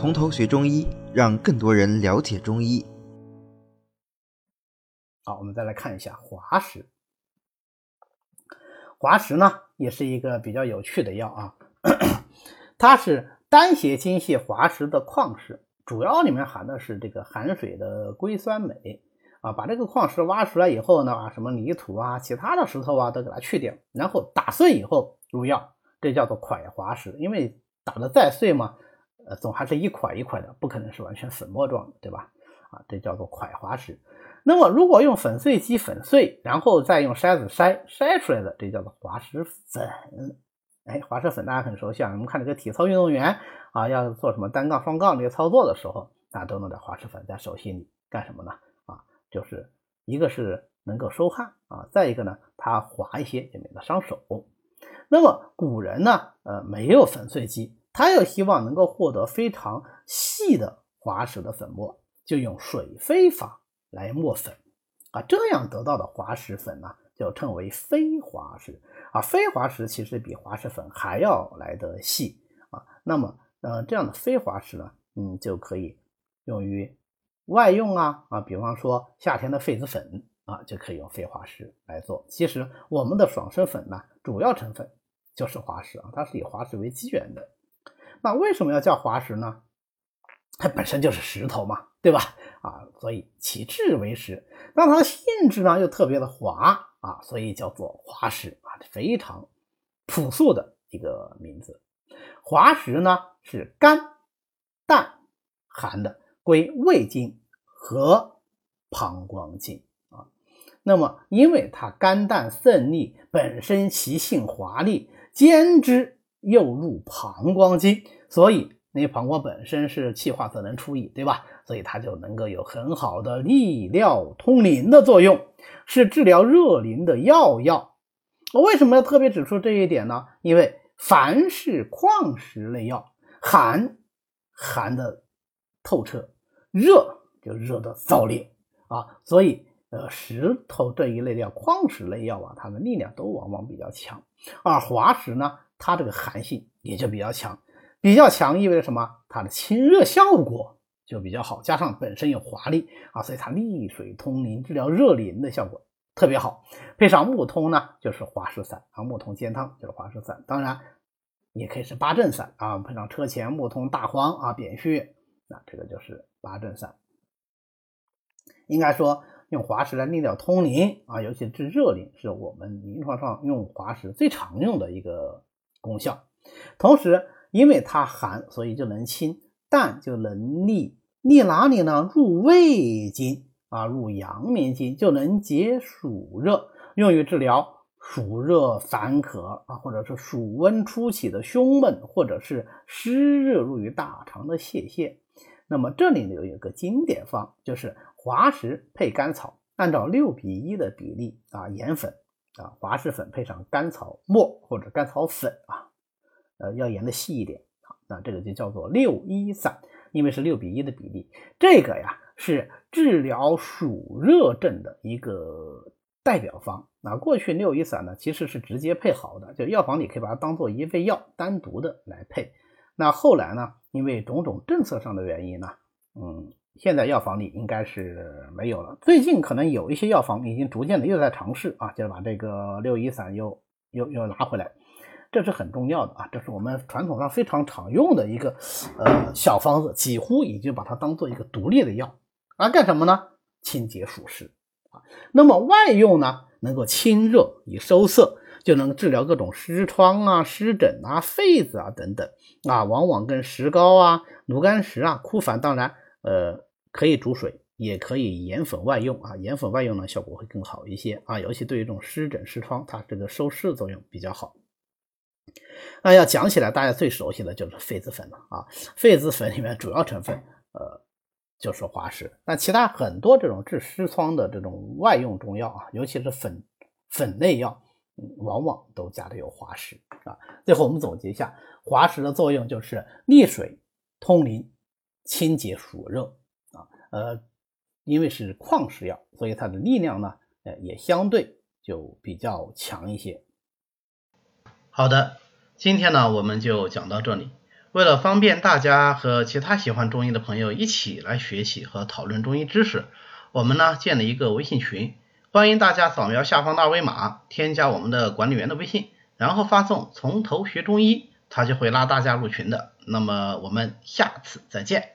从头学中医，让更多人了解中医。 好，我们再来看一下滑石。滑石呢，也是一个比较有趣的药啊，它是单斜金系滑石的矿石，主要里面含的是这个含水的硅酸镁啊，把这个矿石挖出来以后呢，什么泥土啊、其他的石头啊都给它去掉，然后打碎以后入药，这叫做块滑石。因为打得再碎嘛，总还是一块一块的，不可能是完全粉末状的，对吧？这叫做块滑石。那么如果用粉碎机粉碎，然后再用筛子筛出来的，这叫做滑石粉。滑石粉大家很熟悉啊，我们看这个体操运动员啊，要做什么单杠、双杠这些操作的时候，都弄点滑石粉在手心里干什么呢？就是一个是能够收汗啊，再一个呢，它滑一些也免得伤手。那么古人呢，没有粉碎机，他又希望能够获得非常细的滑石的粉末，就用水飞法来磨粉这样得到的滑石粉呢，就称为飞滑石飞滑石其实比滑石粉还要来得细那么这样的飞滑石呢，就可以用于外用比方说夏天的痱子粉就可以用飞滑石来做。其实我们的爽身粉呢，主要成分就是滑石它是以滑石为基源的。那为什么要叫滑石呢？它本身就是石头嘛，对吧？所以其质为石，但它的性质呢又特别的滑所以叫做滑石非常朴素的一个名字。滑石呢是肝、胆含的，归胃经和膀胱经那么因为它肝胆肾利，本身其性滑利，兼之又入膀胱经，所以因为膀胱本身是气化则能出液，对吧？所以它就能够有很好的利尿通淋的作用，是治疗热淋的药。为什么要特别指出这一点呢？因为凡是矿石类药，寒的透彻，热就热的燥烈所以石头这一类药，矿石类药它的力量都往往比较强，而滑石呢，它这个寒性也就比较强。比较强意味着什么？它的清热效果就比较好，加上本身有滑力所以它利水通淋，治疗热淋的效果特别好。配上木通呢，就是滑石散木通煎汤就是滑石散，当然也可以是八正散配上车前、木通、大黄扁鹊，这个就是八正散。应该说用滑石来利尿通淋尤其治热淋，是我们临床上用滑石最常用的一个功效。同时因为它寒，所以就能清，胆就能利哪里呢？入胃经入阳明经，就能解暑热，用于治疗暑热烦渴或者是暑温初起的胸闷，或者是湿热入于大肠的泄泻。那么这里有一个经典方，就是滑石配甘草，按照6:1的比例研粉滑石粉配上甘草末或者甘草粉要研的细一点那这个就叫做6:1散，因为是6:1的比例。这个是治疗暑热症的一个代表方过去6:1散呢其实是直接配好的，就药房里可以把它当做一味药单独的来配。那后来呢，因为种种政策上的原因呢现在药房里应该是没有了。最近可能有一些药房已经逐渐的又在尝试就是把这个6:1散又拿回来。这是很重要的这是我们传统上非常常用的一个小方子，几乎已经把它当做一个独立的药干什么呢？清洁暑湿那么外用呢，能够清热以收涩，就能治疗各种湿疮湿疹痱子等等往往跟石膏炉甘石枯矾，当然可以煮水，也可以研粉外用研粉外用呢效果会更好一些尤其对于这种湿疹湿疮，它这个收湿的作用比较好。那要讲起来大家最熟悉的就是痱子粉了痱子粉里面主要成分就是滑石，那其他很多这种治湿疮的这种外用中药尤其是粉类药往往都加的有滑石最后我们总结一下，滑石的作用就是利水通淋，清洁暑热因为是矿石药，所以它的力量呢也相对就比较强一些。 好的，今天呢我们就讲到这里。 为了方便大家和其他喜欢中医的朋友一起来学习和讨论中医知识，我们呢建了一个微信群，欢迎大家扫描下方的二维码，添加我们的管理员的微信，然后发送从头学中医，他就会拉大家入群的。那么我们下次再见。